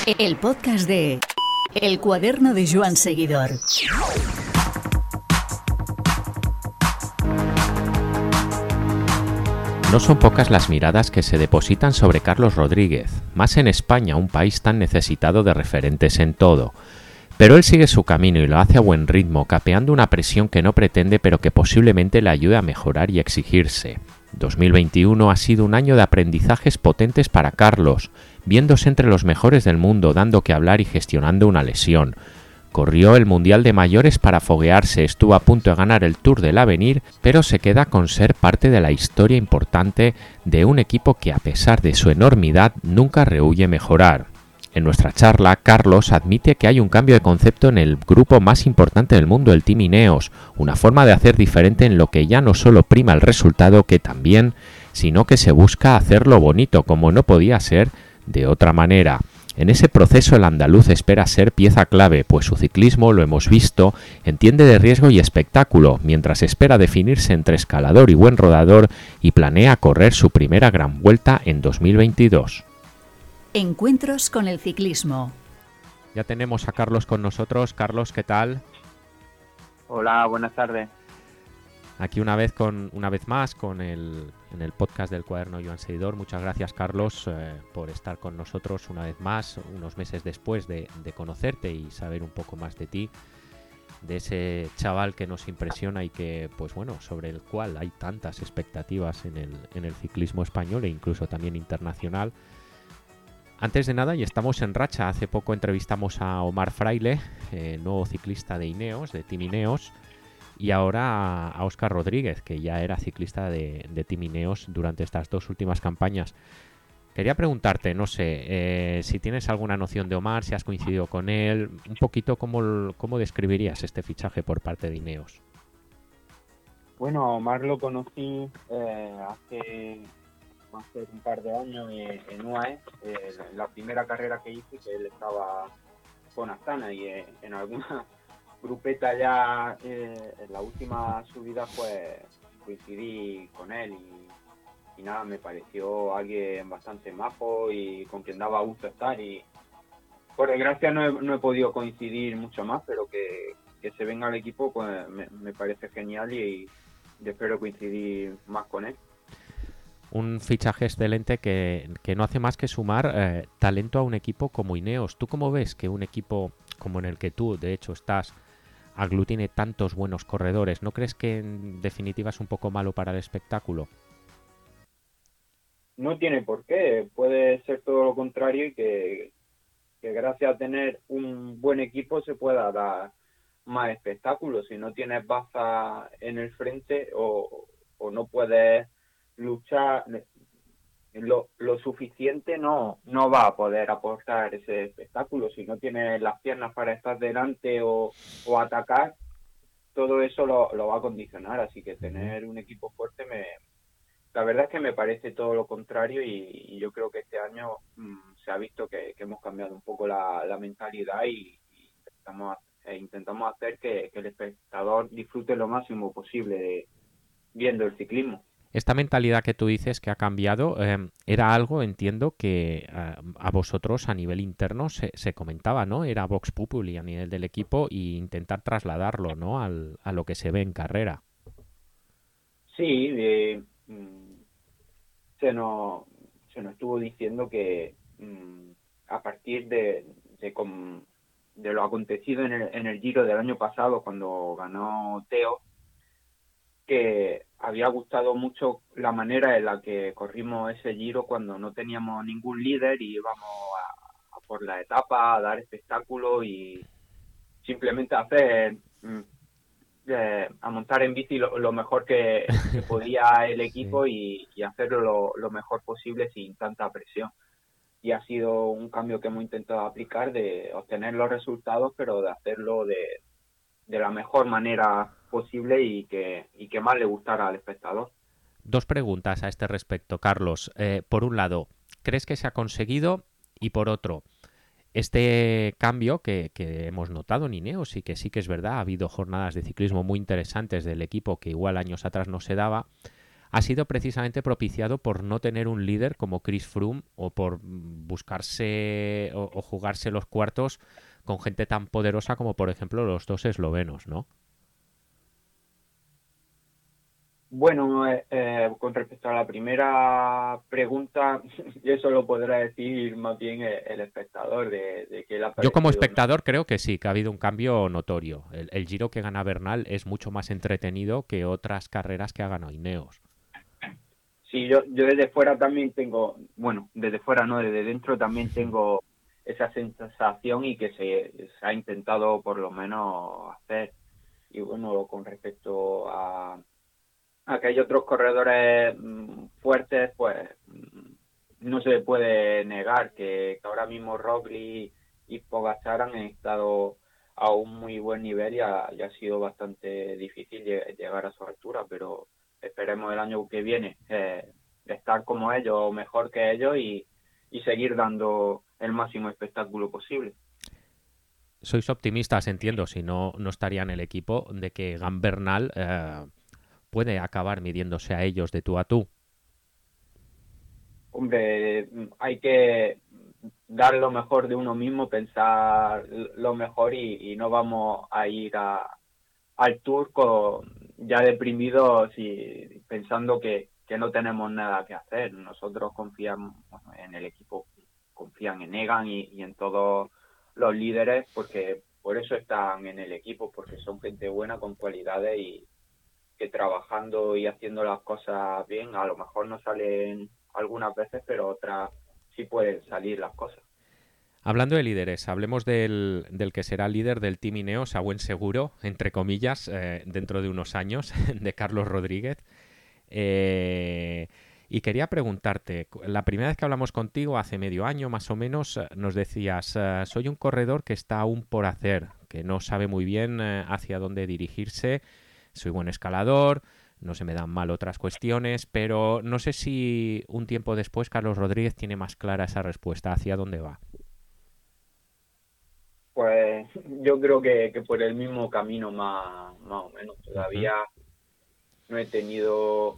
El podcast de El Cuaderno de Joan Seguidor. No son pocas las miradas que se depositan sobre Carlos Rodríguez, más en España, un país tan necesitado de referentes en todo. Pero él sigue su camino y lo hace a buen ritmo, capeando una presión que no pretende pero que posiblemente le ayude a mejorar y exigirse. 2021 ha sido un año de aprendizajes potentes para Carlos, viéndose entre los mejores del mundo, dando que hablar y gestionando una lesión. Corrió el Mundial de Mayores para foguearse, estuvo a punto de ganar el Tour del Avenir, pero se queda con ser parte de la historia importante de un equipo que, a pesar de su enormidad, nunca rehúye mejorar. En nuestra charla, Carlos admite que hay un cambio de concepto en el grupo más importante del mundo, el Team Ineos, una forma de hacer diferente en lo que ya no solo prima el resultado que también, sino que se busca hacerlo bonito, como no podía ser de otra manera. En ese proceso el andaluz espera ser pieza clave, pues su ciclismo, lo hemos visto, entiende de riesgo y espectáculo, mientras espera definirse entre escalador y buen rodador y planea correr su primera gran vuelta en 2022. Encuentros con el ciclismo. Ya tenemos a Carlos con nosotros. Carlos, ¿qué tal? Hola, buenas tardes. Aquí una vez más en el podcast del Cuaderno Joan Seguidor. Muchas gracias, Carlos, por estar con nosotros una vez más, unos meses después de conocerte y saber un poco más de ti, de ese chaval que nos impresiona y que, pues bueno, sobre el cual hay tantas expectativas en el ciclismo español e incluso también internacional. Antes de nada, y estamos en racha, hace poco entrevistamos a Omar Fraile, nuevo ciclista de Ineos, de Team Ineos, y ahora a Óscar Rodríguez, que ya era ciclista de Team Ineos durante estas dos últimas campañas. Quería preguntarte, no sé, si tienes alguna noción de Omar, si has coincidido con él, un poquito cómo describirías este fichaje por parte de Ineos. Bueno, a Omar lo conocí hace un par de años en UAE, la primera carrera que hice, que él estaba con Astana y en alguna grupeta ya en la última subida pues coincidí con él y nada, me pareció alguien bastante majo y con quien daba gusto estar y por desgracia no he podido coincidir mucho más, pero que se venga al equipo pues me parece genial y espero coincidir más con él. Un fichaje excelente que no hace más que sumar talento a un equipo como Ineos. ¿Tú cómo ves que un equipo como en el que tú, de hecho, estás, aglutine tantos buenos corredores? ¿No crees que en definitiva es un poco malo para el espectáculo? No tiene por qué. Puede ser todo lo contrario y que gracias a tener un buen equipo se pueda dar más espectáculo. Si no tienes baza en el frente o no puedes luchar lo suficiente, no va a poder aportar ese espectáculo. Si no tienes las piernas para estar delante o atacar, todo eso lo va a condicionar. Así que tener un equipo fuerte la verdad es que me parece todo lo contrario y yo creo que este año se ha visto que hemos cambiado un poco la mentalidad y intentamos hacer que el espectador disfrute lo máximo posible viendo el ciclismo. Esta mentalidad que tú dices que ha cambiado, era algo, entiendo, que a vosotros a nivel interno se comentaba, ¿no? Era Vox Populi a nivel del equipo e intentar trasladarlo, ¿no? A lo que se ve en carrera. Sí, se nos estuvo diciendo que a partir de lo acontecido en el Giro del año pasado, cuando ganó Teo, que había gustado mucho la manera en la que corrimos ese Giro cuando no teníamos ningún líder y íbamos a por la etapa, a dar espectáculo y simplemente a montar en bici lo mejor que podía el equipo y hacerlo lo mejor posible sin tanta presión. Y ha sido un cambio que hemos intentado aplicar, de obtener los resultados, pero de hacerlo de la mejor manera posible y que más le gustara al espectador. Dos preguntas a este respecto, Carlos. Por un lado, ¿crees que se ha conseguido? Y por otro, este cambio que hemos notado en Ineos y que sí que es verdad, ha habido jornadas de ciclismo muy interesantes del equipo que igual años atrás no se daba. ha sido precisamente propiciado por no tener un líder como Chris Froome o por buscarse o jugarse los cuartos con gente tan poderosa como por ejemplo los dos eslovenos, ¿no? Bueno, con respecto a la primera pregunta, eso lo podrá decir más bien el espectador de qué le ha Yo como parecido, ¿no? espectador creo que sí, que ha habido un cambio notorio. El Giro que gana Bernal es mucho más entretenido que otras carreras que ha ganado Ineos. Sí, yo desde fuera también tengo, bueno, desde fuera no, desde dentro también tengo esa sensación y que se ha intentado por lo menos hacer. Y bueno, con respecto a que hay otros corredores fuertes, pues no se puede negar que ahora mismo Roglic y Pogačar han estado a un muy buen nivel y ha sido bastante difícil llegar a su altura, pero esperemos el año que viene estar como ellos o mejor que ellos y seguir dando el máximo espectáculo posible. Sois optimistas, entiendo, si no, no estaría en el equipo, de que Gambernal puede acabar midiéndose a ellos de tú a tú. Hombre, hay que dar lo mejor de uno mismo, pensar lo mejor y no vamos a ir al Tour ya deprimidos y pensando que no tenemos nada que hacer. Nosotros confiamos en el equipo, confían en Egan y en todos los líderes porque por eso están en el equipo, porque son gente buena con cualidades y que trabajando y haciendo las cosas bien, a lo mejor no salen algunas veces, pero otras sí pueden salir las cosas. Hablando de líderes, hablemos del que será líder del Team Ineos a buen seguro, entre comillas, dentro de unos años, de Carlos Rodríguez. Y quería preguntarte, la primera vez que hablamos contigo, hace medio año más o menos, nos decías, soy un corredor que está aún por hacer, que no sabe muy bien hacia dónde dirigirse, soy buen escalador, no se me dan mal otras cuestiones, pero no sé si un tiempo después Carlos Rodríguez tiene más clara esa respuesta, hacia dónde va. Pues yo creo que por el mismo camino más o menos. Ujú. Todavía no he tenido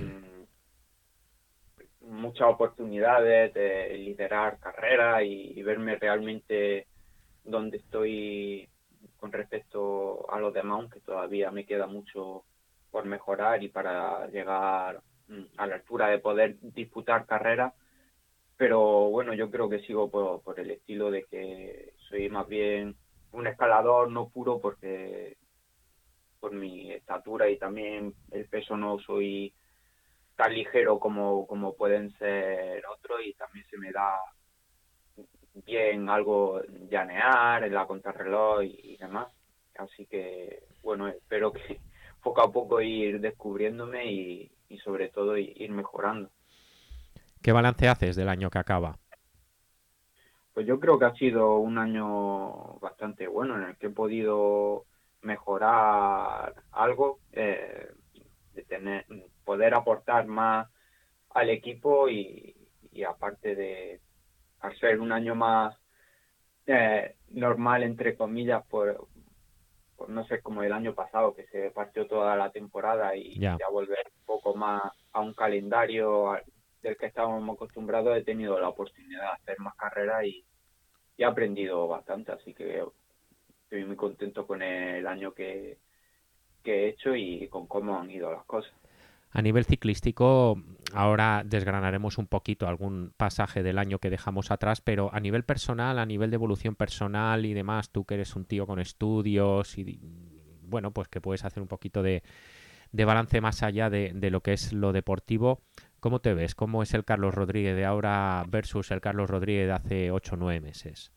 muchas oportunidades de liderar carreras y verme realmente donde estoy con respecto a los demás, aunque todavía me queda mucho por mejorar y para llegar a la altura de poder disputar carreras. Pero bueno, yo creo que sigo por el estilo de que soy más bien un escalador no puro porque por mi estatura y también el peso no soy tan ligero como pueden ser otros y también se me da bien algo llanear en la contrarreloj y demás. Así que bueno, espero que poco a poco ir descubriéndome y sobre todo ir mejorando. ¿Qué balance haces del año que acaba? Pues yo creo que ha sido un año bastante bueno en el que he podido mejorar algo, de poder aportar más al equipo y aparte de al ser un año más normal entre comillas por no ser como el año pasado que se partió toda la temporada y Ya. ya volver un poco más a un calendario del que estábamos acostumbrados, he tenido la oportunidad de hacer más carreras y he aprendido bastante, así que estoy muy contento con el año que he hecho y con cómo han ido las cosas. A nivel ciclístico, ahora desgranaremos un poquito algún pasaje del año que dejamos atrás, pero a nivel personal, a nivel de evolución personal y demás, tú que eres un tío con estudios y bueno, pues que puedes hacer un poquito de balance más allá de lo que es lo deportivo, ¿cómo te ves? ¿Cómo es el Carlos Rodríguez de ahora versus el Carlos Rodríguez de hace 8 o 9 meses?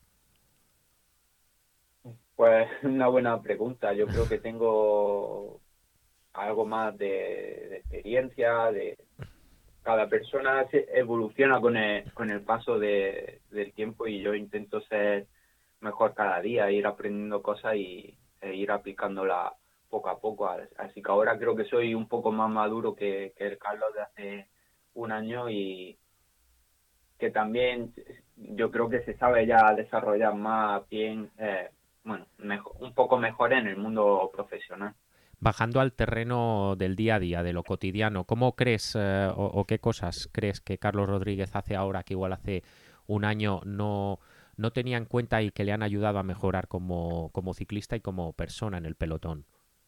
Pues una buena pregunta. Yo creo que tengo algo más de experiencia, de cada persona evoluciona con el paso del tiempo y yo intento ser mejor cada día, ir aprendiendo cosas e ir aplicándolas poco a poco. Así que ahora creo que soy un poco más maduro que el Carlos de hace un año y que también yo creo que se sabe ya desarrollar más bien, bueno, un poco mejor en el mundo profesional. Bajando al terreno del día a día, de lo cotidiano, ¿cómo crees o qué cosas crees que Carlos Rodríguez hace ahora que igual hace un año no tenía en cuenta y que le han ayudado a mejorar como ciclista y como persona en el pelotón?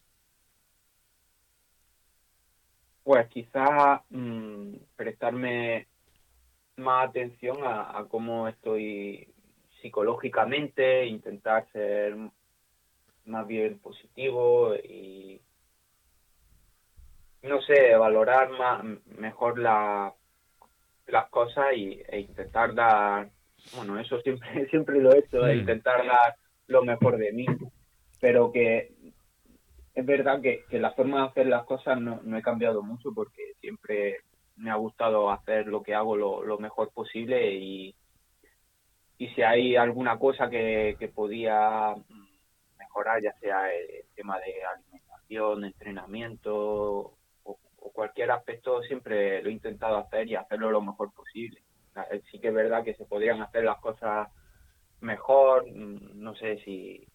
Pues quizás prestarme más atención a cómo estoy psicológicamente, intentar ser más bien positivo y, no sé, valorar mejor las cosas e intentar dar, bueno, eso siempre siempre lo he hecho, intentar dar lo mejor de mí, pero que es verdad que la forma de hacer las cosas no he cambiado mucho porque siempre me ha gustado hacer lo que hago lo mejor posible y si hay alguna cosa que podía mejorar, ya sea el tema de alimentación, entrenamiento o cualquier aspecto, siempre lo he intentado hacer y hacerlo lo mejor posible. Sí que es verdad que se podrían hacer las cosas mejor, no sé si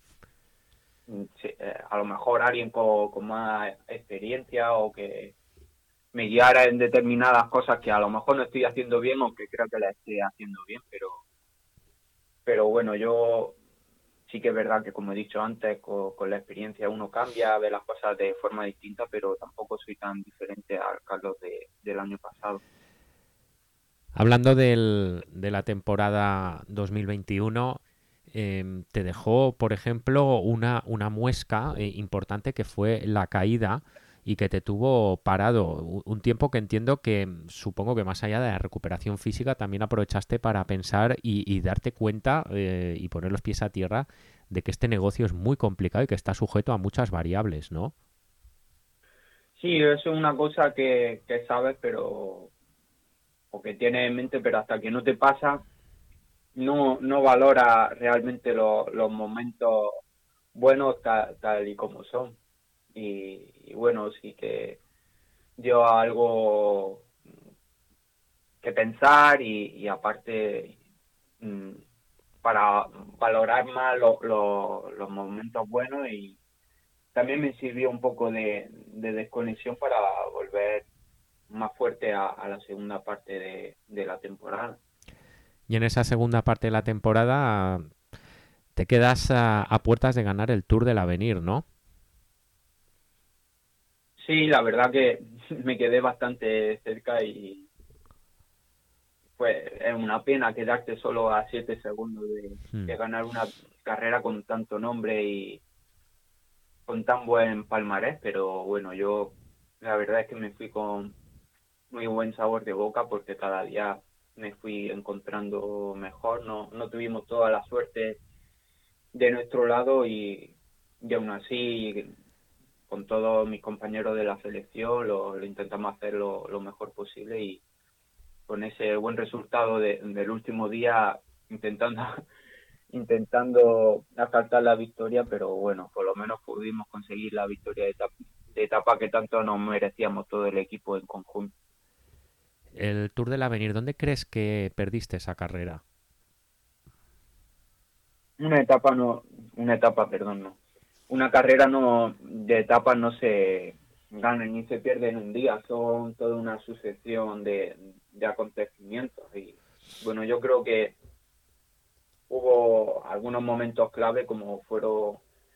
a lo mejor alguien con más experiencia o que me guiara en determinadas cosas que a lo mejor no estoy haciendo bien o que creo que las estoy haciendo bien, pero bueno, yo sí que es verdad que, como he dicho antes, con la experiencia uno cambia, ve las cosas de forma distinta, pero tampoco soy tan diferente al Carlos del año pasado. Hablando de la temporada 2021, te dejó, por ejemplo, una muesca importante que fue la caída y que te tuvo parado un tiempo que entiendo que supongo que más allá de la recuperación física también aprovechaste para pensar y darte cuenta y poner los pies a tierra de que este negocio es muy complicado y que está sujeto a muchas variables, ¿no? Sí, eso es una cosa que sabes, pero o que tienes en mente, pero hasta que no te pasa, no valora realmente los momentos buenos tal y como son. Y bueno, sí que dio algo que pensar y aparte mm, para valorar más los momentos buenos y también me sirvió un poco de desconexión para volver más fuerte a la segunda parte de la temporada. Y en esa segunda parte de la temporada te quedas a puertas de ganar el Tour del Avenir, ¿no? Sí, la verdad que me quedé bastante cerca y pues es una pena quedarte solo a 7 segundos de ganar una carrera con tanto nombre y con tan buen palmarés, pero bueno, yo la verdad es que me fui con muy buen sabor de boca porque cada día me fui encontrando mejor, no tuvimos toda la suerte de nuestro lado y aún así con todos mis compañeros de la selección lo intentamos hacer lo mejor posible y con ese buen resultado del último día intentando intentando asaltar la victoria, pero bueno, por lo menos pudimos conseguir la victoria de etapa que tanto nos merecíamos todo el equipo en conjunto. El Tour del Avenir, ¿dónde crees que perdiste esa carrera? Una etapa no, una etapa, perdón, no. Una carrera no, de etapas no se ganan ni se pierden en un día, son toda una sucesión de acontecimientos y bueno, yo creo que hubo algunos momentos clave como fueron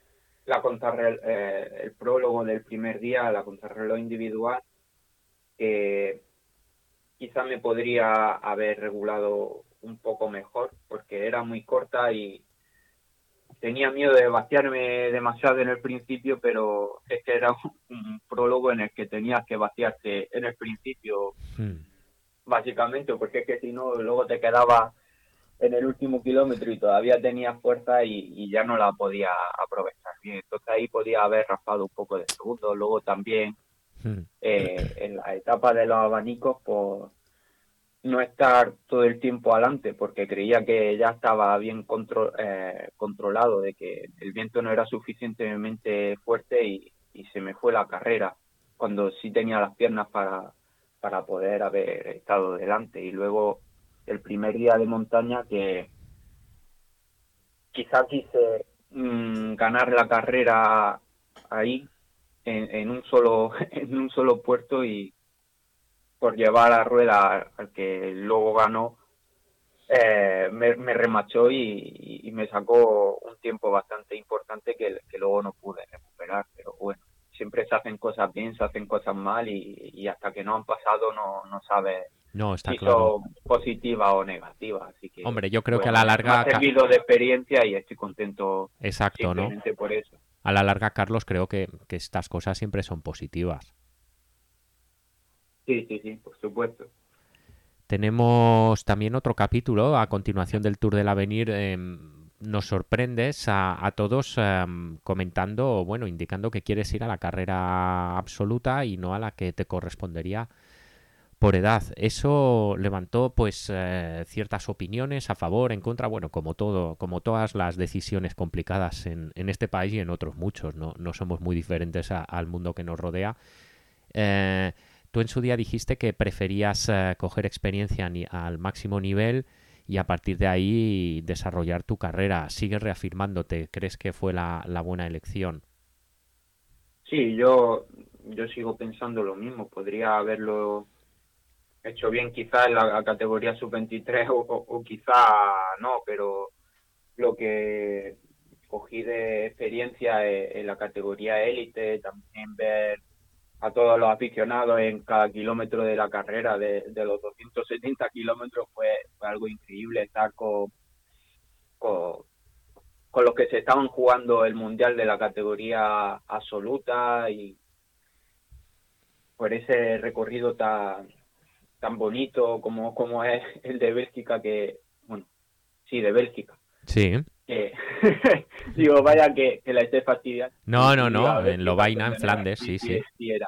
el prólogo del primer día, la contrarreloj individual, que quizá me podría haber regulado un poco mejor porque era muy corta y tenía miedo de vaciarme demasiado en el principio, pero es que era un prólogo en el que tenías que vaciarte en el principio, básicamente, porque es que si no, luego te quedaba en el último kilómetro y todavía tenía fuerza y ya no la podía aprovechar bien. Entonces ahí podía haber raspado un poco de segundo. Luego también en la etapa de los abanicos, pues no estar todo el tiempo adelante porque creía que ya estaba bien controlado, de que el viento no era suficientemente fuerte y se me fue la carrera cuando sí tenía las piernas para poder haber estado delante. Y luego el primer día de montaña que quizá quise ganar la carrera ahí en un solo en un solo puerto, y por llevar la rueda al que luego ganó, me remachó y me sacó un tiempo bastante importante que luego no pude recuperar. Pero bueno, siempre se hacen cosas bien, se hacen cosas mal, y hasta que no han pasado no sabes No, está si claro. son positivas o negativas. Así que, Hombre, yo creo que a bueno, la me ha larga... servido de experiencia y estoy contento Exacto, ¿no? simplemente por eso. A la larga, Carlos, creo que estas cosas siempre son positivas. Sí, sí, sí, por supuesto. Tenemos también otro capítulo a continuación del Tour del Avenir. Nos sorprendes a todos comentando, bueno, indicando que quieres ir a la carrera absoluta y no a la que te correspondería por edad. Eso levantó pues ciertas opiniones a favor, en contra, bueno, como todo, como todas las decisiones complicadas en este país y en otros muchos. No somos muy diferentes al mundo que nos rodea. Eh, Tú en su día dijiste que preferías coger experiencia al máximo nivel y a partir de ahí desarrollar tu carrera. ¿Sigues reafirmándote? ¿Crees que fue la buena elección? Sí, yo sigo pensando lo mismo. Podría haberlo hecho bien quizá en la categoría sub-23, o quizá no, pero lo que cogí de experiencia en la categoría élite, también ver a todos los aficionados en cada kilómetro de la carrera, de los 270 kilómetros, fue algo increíble. Estar con, con los que se estaban jugando el mundial de la categoría absoluta, y por ese recorrido tan bonito como es el de Bélgica, que, bueno, sí, de Bélgica. Sí. Digo, vaya que la esté fastidiando. Y a No, en Bélgica, Lovaina, en donde no era, Flandes, sí, sí. sí era.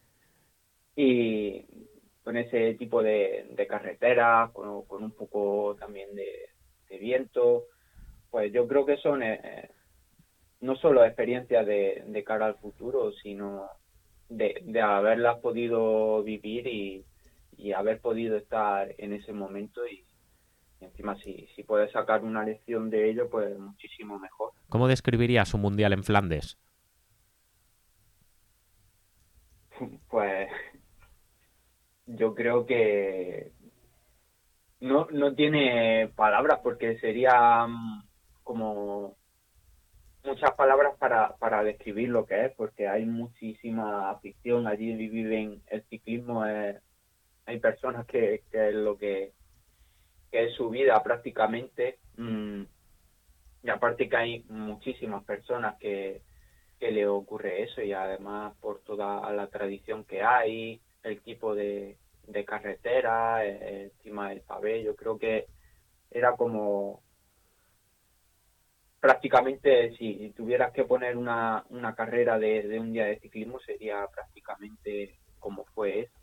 Y con ese tipo de carreteras, con un poco también de viento, pues yo creo que son no solo experiencias de cara al futuro, sino de haberlas podido vivir, y haber podido estar en ese momento, y encima si puedes sacar una lección de ello, pues muchísimo mejor. ¿Cómo describirías un mundial en Flandes? Pues yo creo que no tiene palabras, porque sería como muchas palabras para describir lo que es, porque hay muchísima afición allí. Viven el ciclismo, hay personas que es lo que es su vida prácticamente. Y aparte que hay muchísimas personas que le ocurre eso, y además por toda la tradición que hay, el tipo de carretera, encima del pavé. Yo creo que era como prácticamente, si tuvieras que poner una carrera de un día de ciclismo, sería prácticamente como fue eso.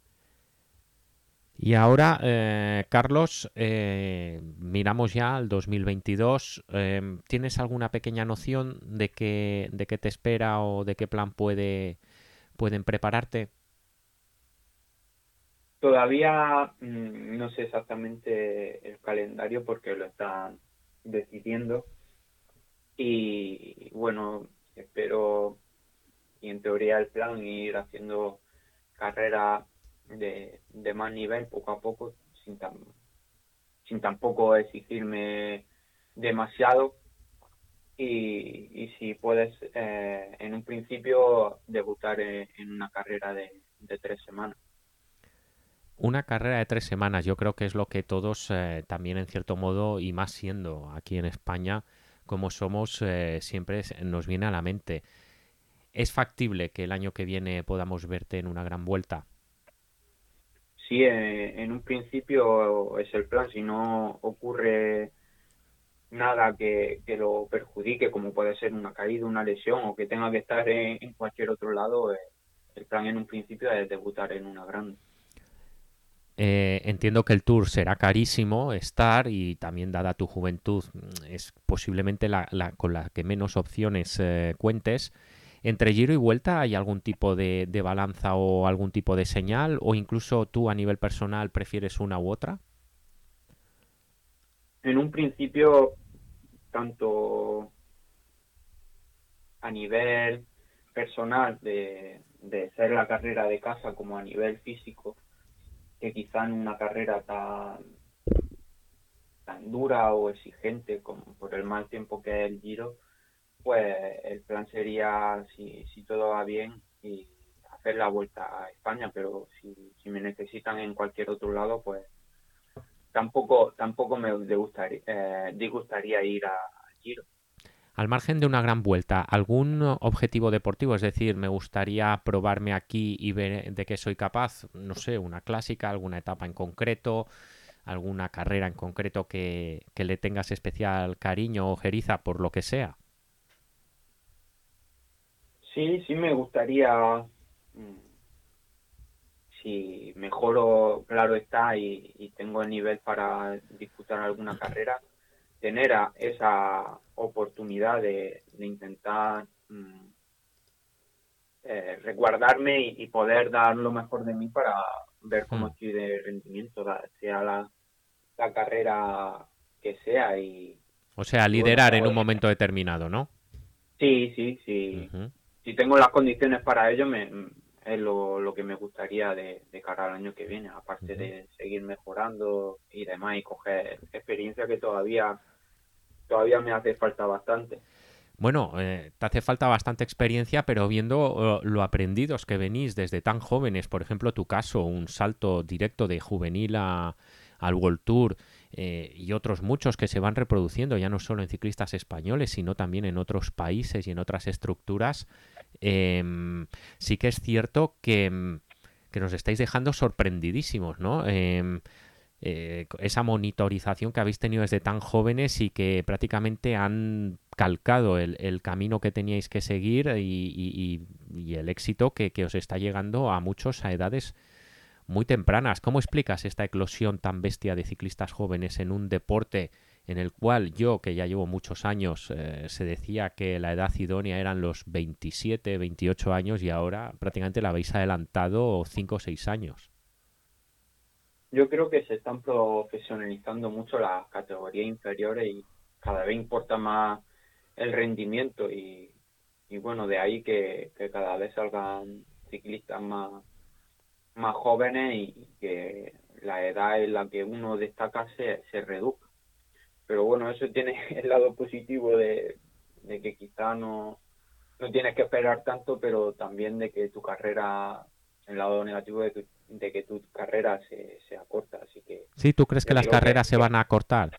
Y ahora, Carlos, miramos ya al 2022. ¿Tienes alguna pequeña noción de qué te espera o de qué plan pueden prepararte? Todavía no sé exactamente el calendario, porque lo están decidiendo, y bueno, espero, y en teoría el plan, ir haciendo carreras de más nivel poco a poco, sin tampoco exigirme demasiado, y si puedes, en un principio, debutar en una carrera de 3 semanas. Una carrera de 3 semanas, yo creo que es lo que todos también en cierto modo, y más siendo aquí en España, como somos, siempre nos viene a la mente. ¿Es factible que el año que viene podamos verte en una gran vuelta? Sí, en un principio es el plan. Si no ocurre nada que lo perjudique, como puede ser una caída, una lesión, o que tenga que estar en cualquier otro lado, el plan en un principio es debutar en una grande. Entiendo que el Tour será carísimo estar y también dada tu juventud es posiblemente con la que menos opciones cuentes. ¿Entre Giro y Vuelta hay algún tipo de balanza o algún tipo de señal? ¿O incluso tú a nivel personal prefieres una u otra? En un principio, tanto a nivel personal de ser la carrera de casa como a nivel físico, que quizá en una carrera tan dura o exigente como por el mal tiempo que es el Giro, pues el plan sería, si todo va bien, y hacer la vuelta a España, pero si me necesitan en cualquier otro lado, pues tampoco me disgustaría ir al Giro. Al margen de una gran vuelta, ¿algún objetivo deportivo? Es decir, me gustaría probarme aquí y ver de qué soy capaz. No sé, una clásica, alguna etapa en concreto, alguna carrera en concreto que le tengas especial cariño o jeriza por lo que sea. Sí, me gustaría, si mejoro, claro está, y tengo el nivel para disputar alguna carrera, tener esa oportunidad de intentar resguardarme y poder dar lo mejor de mí para ver cómo Hmm. estoy de rendimiento, sea la carrera que sea. O sea, Y bueno, liderar en un momento determinado, ¿no? sí. Ujú. Si tengo las condiciones para ello, es lo que me gustaría de cara al año que viene, aparte Ujú. de seguir mejorando y demás y coger experiencia que todavía me hace falta bastante. Bueno, te hace falta bastante experiencia, pero viendo lo aprendidos que venís desde tan jóvenes, por ejemplo, tu caso, un salto directo de juvenil al World Tour y otros muchos que se van reproduciendo, ya no solo en ciclistas españoles, sino también en otros países y en otras estructuras, sí que es cierto que nos estáis dejando sorprendidísimos, ¿no? Esa monitorización que habéis tenido desde tan jóvenes y que prácticamente han calcado el camino que teníais que seguir y el éxito que os está llegando a muchos a edades muy tempranas. ¿Cómo explicas esta eclosión tan bestia de ciclistas jóvenes en un deporte en el cual yo, que ya llevo muchos años, se decía que la edad idónea eran los 27, 28 años y ahora prácticamente la habéis adelantado 5 o 6 años? Yo creo que se están profesionalizando mucho las categorías inferiores y cada vez importa más el rendimiento y bueno, de ahí que cada vez salgan ciclistas más jóvenes y que la edad en la que uno destaca se reduzca. Pero bueno, eso tiene el lado positivo de que quizá no tienes que esperar tanto, pero también de que tu carrera, el lado negativo de que tu carrera se acorta. Así que Sí, ¿tú crees que yo las digo carreras se van a cortar?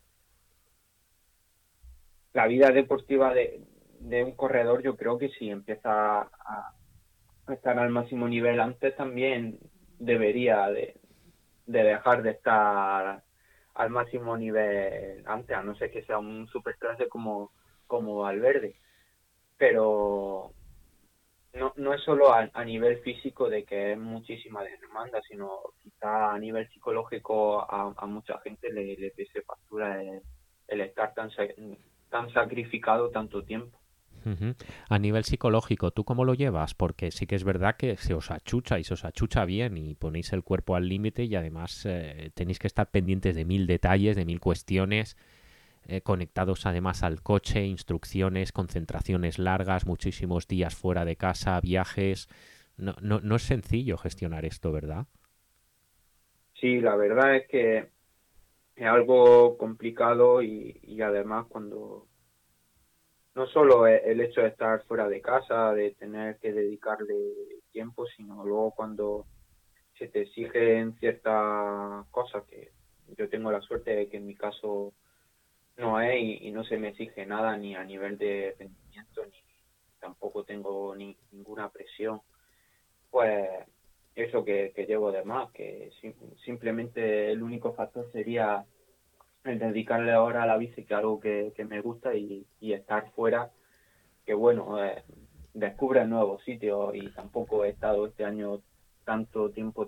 la vida deportiva de un corredor, yo creo que si empieza a estar al máximo nivel antes, también debería de dejar de estar al máximo nivel antes, a no ser que sea un superclase como Valverde. Pero no es solo a nivel físico de que es muchísima demanda, sino quizá a nivel psicológico a mucha gente le pese factura el estar tan sacrificado tanto tiempo. Ujú. A nivel psicológico, ¿tú cómo lo llevas? Porque sí que es verdad que se os achucha y se os achucha bien y ponéis el cuerpo al límite y además tenéis que estar pendientes de mil detalles, de mil cuestiones, conectados además al coche, instrucciones, concentraciones largas, muchísimos días fuera de casa, viajes. No es sencillo gestionar esto, ¿verdad? Sí, la verdad es que es algo complicado y además cuando no solo el hecho de estar fuera de casa, de tener que dedicarle tiempo, sino luego cuando se te exigen ciertas cosas que yo tengo la suerte de que en mi caso no es y no se me exige nada ni a nivel de rendimiento ni tampoco tengo ninguna presión, pues eso que llevo de más, que simplemente el único factor sería el dedicarle ahora a la bici, que es algo que me gusta y estar fuera, que bueno, descubre nuevos sitios y tampoco he estado este año tanto tiempo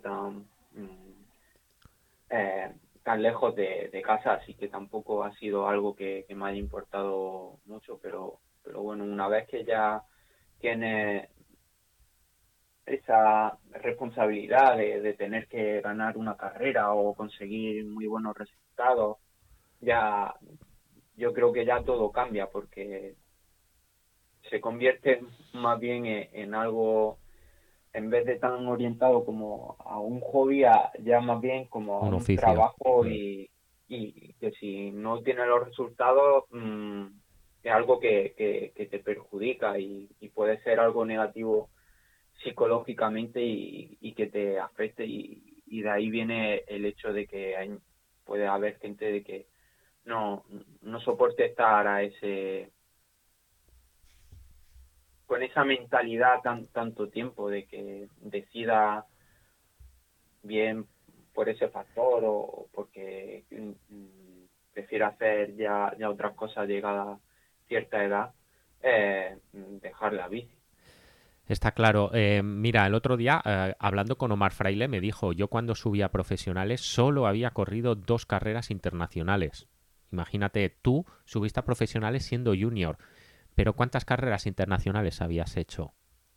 tan lejos de casa, así que tampoco ha sido algo que me haya importado mucho, pero bueno, una vez que ya tienes esa responsabilidad de tener que ganar una carrera o conseguir muy buenos resultados, ya yo creo que ya todo cambia porque se convierte más bien en algo, en vez de tan orientado como a un hobby, ya más bien como a Un un oficio. trabajo y que si no tiene los resultados es algo que te perjudica y puede ser algo negativo psicológicamente y que te afecte y de ahí viene el hecho de que puede haber gente de que no soporte estar con esa mentalidad tanto tiempo de que decida bien por ese factor o porque prefiere hacer ya otras cosas llegada a cierta edad, dejar la bici. Está claro. Mira, el otro día, hablando con Omar Fraile, me dijo, yo cuando subí a profesionales solo había corrido 2 carreras internacionales. Imagínate, tú subiste a profesionales siendo junior, pero ¿cuántas carreras internacionales habías hecho?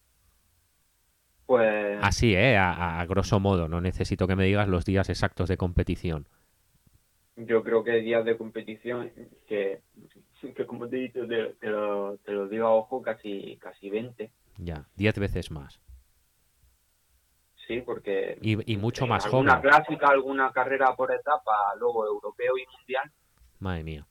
Pues Así, a grosso modo, no necesito que me digas los días exactos de competición. yo creo que hay días de competición que como te he dicho, te lo digo a ojo, casi 20. Ya, 10 veces más. Sí, porque Y mucho más alguna joven. clásica, alguna carrera por etapa, luego europeo y mundial. Madre mía.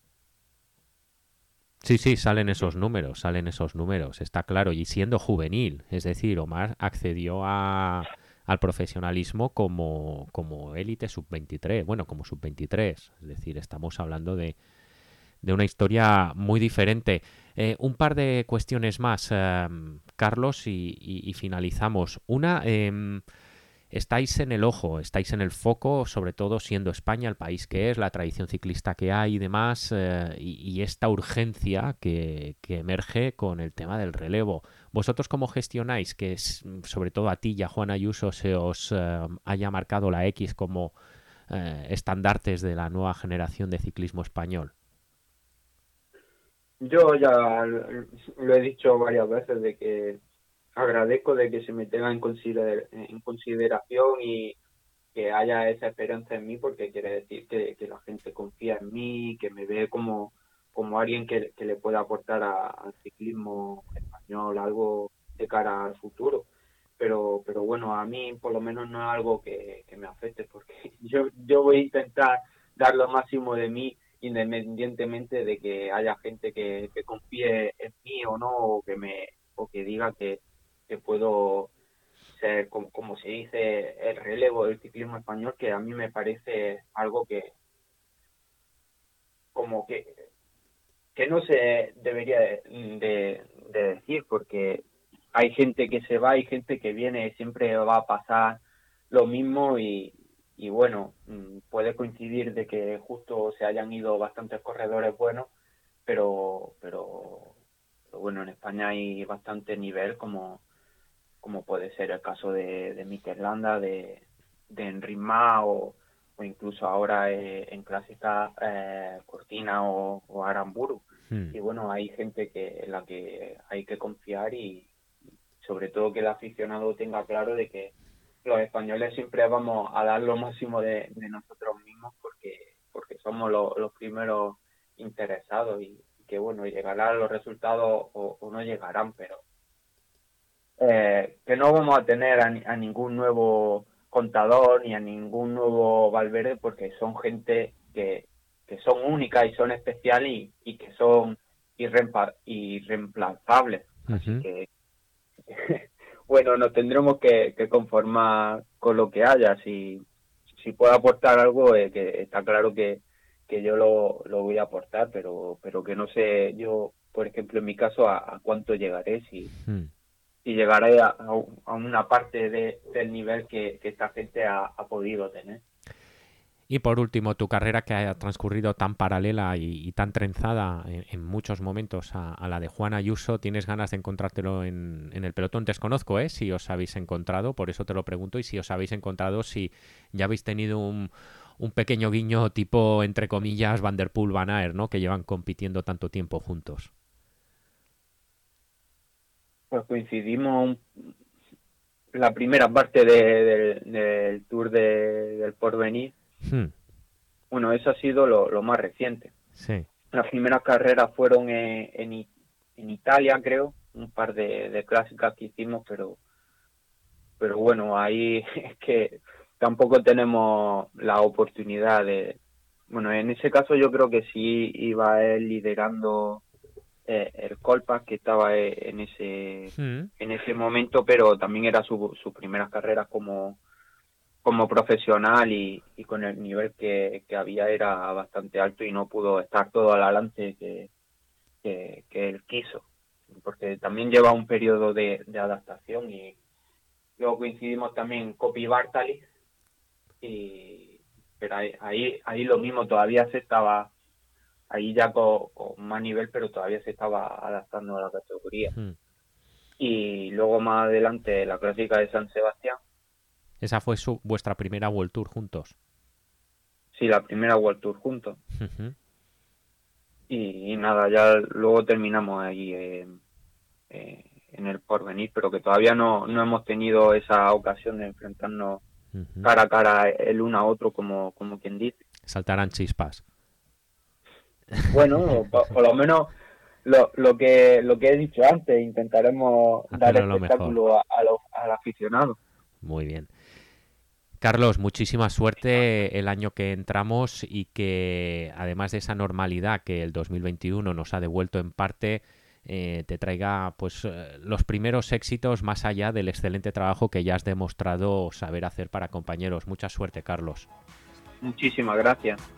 Sí, sí, salen esos números, está claro. Y siendo juvenil, es decir, Omar accedió al profesionalismo como élite sub-23, bueno, como sub-23. Es decir, estamos hablando de una historia muy diferente. Un par de cuestiones más, Carlos, y finalizamos. Una, estáis en el ojo, estáis en el foco, sobre todo siendo España el país que es, la tradición ciclista que hay y demás, y esta urgencia que emerge con el tema del relevo. ¿Vosotros cómo gestionáis que sobre todo a ti y a Juan Ayuso se os haya marcado la X como estandartes de la nueva generación de ciclismo español? Yo ya lo he dicho varias veces de que agradezco de que se me tenga en consideración y que haya esa esperanza en mí porque quiere decir que la gente confía en mí, que me ve como alguien que le pueda aportar al ciclismo español algo de cara al futuro. Pero bueno, a mí por lo menos no es algo que me afecte porque yo voy a intentar dar lo máximo de mí independientemente de que haya gente que confíe en mí o no, o que diga que puedo ser, como se dice, el relevo del ciclismo español, que a mí me parece algo como que no se debería de decir, porque hay gente que se va, hay gente que viene, siempre va a pasar lo mismo y bueno, puede coincidir de que justo se hayan ido bastantes corredores buenos, pero bueno, en España hay bastante nivel como puede ser el caso de Mikel Landa, de Enric Mas o incluso ahora en clásica Cortina o Aramburu. Hmm. Y bueno, hay gente en la que hay que confiar y sobre todo que el aficionado tenga claro de que los españoles siempre vamos a dar lo máximo de nosotros mismos porque somos los primeros interesados y que bueno, llegarán los resultados o no llegarán, pero que no vamos a tener a ningún nuevo contador ni a ningún nuevo Valverde porque son gente que son únicas y son especiales y que son irreemplazables. Así Ujú. que, bueno, nos tendremos que conformar con lo que haya. Si puedo aportar algo, que está claro que yo lo voy a aportar, pero que no sé yo, por ejemplo, en mi caso, a cuánto llegaré, Hmm. si llegaré a una parte del nivel que esta gente ha podido tener. Y por último, tu carrera que ha transcurrido tan paralela y tan trenzada en muchos momentos a la de Juan Ayuso, ¿tienes ganas de encontrártelo en el pelotón? Desconozco, si os habéis encontrado, por eso te lo pregunto, y si os habéis encontrado, si ya habéis tenido un pequeño guiño tipo, entre comillas, Van der Poel, Van Aert, ¿no? Que llevan compitiendo tanto tiempo juntos. Pues coincidimos la primera parte del Tour del Porvenir. Hmm. Bueno, eso ha sido lo más reciente. Sí. Las primeras carreras fueron en Italia, creo, un par de clásicas que hicimos, pero bueno, ahí es que tampoco tenemos la oportunidad de... Bueno, en ese caso yo creo que sí iba él liderando el Colpas, que estaba en ese momento, pero también era sus primeras carreras como profesional y con el nivel que había era bastante alto y no pudo estar todo al adelante que él quiso, porque también lleva un periodo de adaptación y luego coincidimos también en Coppi Bartali, pero ahí lo mismo, todavía se estaba ahí ya con más nivel, pero todavía se estaba adaptando a la categoría. Y luego más adelante la clásica de San Sebastián. ¿Esa fue vuestra primera World Tour juntos? Sí, la primera World Tour juntos. Y nada, ya luego terminamos ahí en el Porvenir, pero que todavía no hemos tenido esa ocasión de enfrentarnos cara a cara el uno a otro, como quien dice. Saltarán chispas. Bueno, por lo menos lo que he dicho antes, intentaremos dar espectáculo al aficionado. Muy bien. Carlos, muchísima suerte el año que entramos y que, además de esa normalidad que el 2021 nos ha devuelto en parte, te traiga pues los primeros éxitos más allá del excelente trabajo que ya has demostrado saber hacer para compañeros. Mucha suerte, Carlos. Muchísimas gracias.